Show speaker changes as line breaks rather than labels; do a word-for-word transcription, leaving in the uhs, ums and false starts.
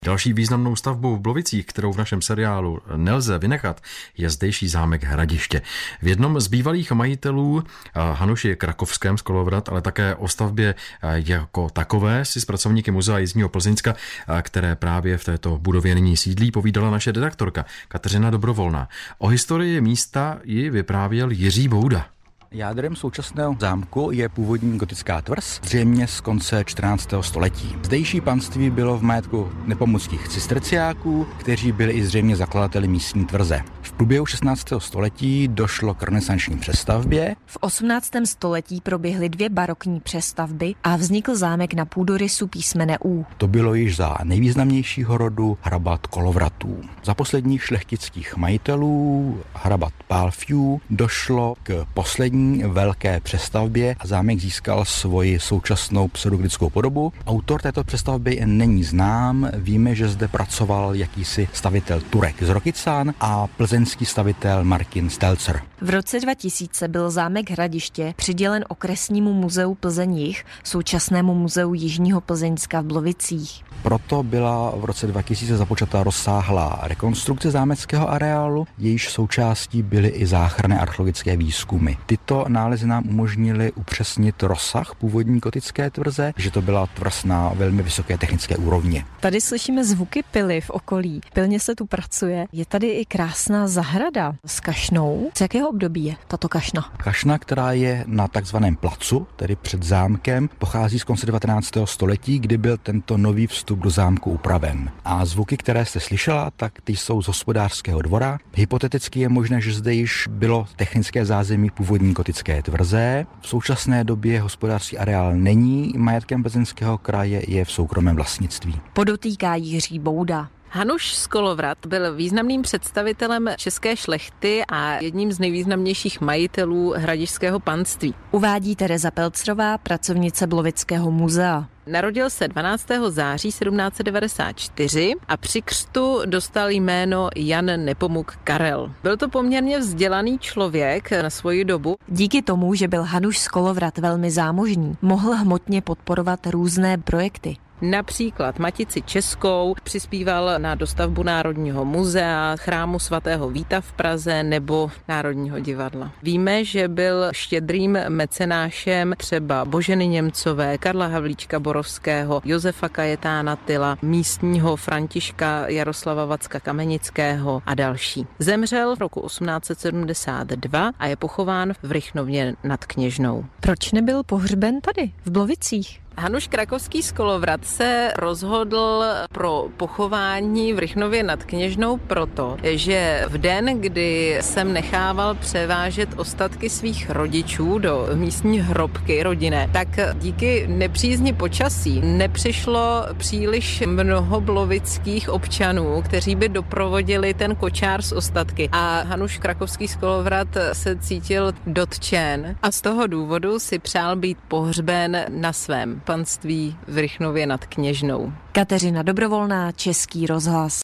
Další významnou stavbou v Blovicích, kterou v našem seriálu nelze vynechat, je zdejší zámek Hradiště. V jednom z bývalých majitelů Hanuši Krakovském z Kolovrat, ale také o stavbě jako takové si s pracovníky Muzea Jižního Plzeňska, které právě v této budově nyní sídlí, povídala naše redaktorka Kateřina Dobrovolná. O historii místa ji vyprávěl Jiří Bouda.
Jádrem současného zámku je původní gotická tvrz, zřejmě z konce čtrnáctého století. Zdejší panství bylo v majetku nepomuckých cisterciáků, kteří byli i zřejmě zakladateli místní tvrze. V průběhu šestnáctého století došlo k renesanční přestavbě.
V osmnáctém století proběhly dvě barokní přestavby a vznikl zámek na půdorysu písmene U.
To bylo již za nejvýznamnějšího rodu hrabat Kolovratů. Za posledních šlechtických majitelů hrabat Pálfjů došlo k poslední velké přestavbě a zámek získal svoji současnou pseudoglickou podobu. Autor této přestavby není znám, víme, že zde pracoval jakýsi stavitel Turek z Rokycán a plzeňský stavitel Martin Stelzer.
V roce dva tisíce byl zámek Hradiště přidělen Okresnímu muzeu Plzeň-Jih, současnému muzeu Jižního Plzeňska v Blovicích.
Proto byla v roce dva tisíce započata rozsáhlá rekonstrukce zámeckého areálu, jejíž součástí byly i záchranné archeologické výzkumy. Tyto nálezy nám umožnily upřesnit rozsah původní gotické tvrze, že to byla tvrz na velmi vysoké technické úrovni.
Tady slyšíme zvuky pily v okolí. Pilně se tu pracuje. Je tady i krásná zahrada s kašnou. Z jakého období je tato kašna?
Kašna, která je na takzvaném placu, tedy před zámkem, pochází z konce devatenáctého století, kdy byl tento nový vstup do zámku upraven. A zvuky, které jste slyšela, tak ty jsou z hospodářského dvora. Hypoteticky je možné, že zde již bylo technické zázemí původní gotické tvrze. V současné době hospodářský areál není majetkem Plzeňského kraje, je v soukromém vlastnictví.
Podotýká Jiří Bouda.
Hanuš z Kolovrat byl významným představitelem české šlechty a jedním z nejvýznamnějších majitelů hradišťského panství.
Uvádí Tereza Pelcrová, pracovnice Blovického muzea.
Narodil se dvanáctého září sedmnáct set devadesát čtyři a při křtu dostal jméno Jan Nepomuk Karel. Byl to poměrně vzdělaný člověk na svoji dobu.
Díky tomu, že byl Hanuš z Kolovrat velmi zámožný, mohl hmotně podporovat různé projekty.
Například Matici Českou, přispíval na dostavbu Národního muzea, chrámu svatého Víta v Praze nebo Národního divadla. Víme, že byl štědrým mecenášem třeba Boženy Němcové, Karla Havlíčka Borovského, Josefa Kajetána Tyla, místního Františka Jaroslava Vacka Kamenického a další. Zemřel v roku osmnáct set sedmdesát dva a je pochován v Rychnově nad Kněžnou.
Proč nebyl pohřben tady, v Blovicích?
Hanuš Krakovský z Kolovrat se rozhodl pro pochování v Rychnově nad Kněžnou proto, že v den, kdy jsem nechával převážet ostatky svých rodičů do místní hrobky rodinné, tak díky nepřízni počasí nepřišlo příliš mnoho blovických občanů, kteří by doprovodili ten kočár s ostatky. A Hanuš Krakovský z Kolovrat se cítil dotčen a z toho důvodu si přál být pohřben na svém panství v Rychnově nad Kněžnou.
Kateřina Dobrovolná, Český rozhlas.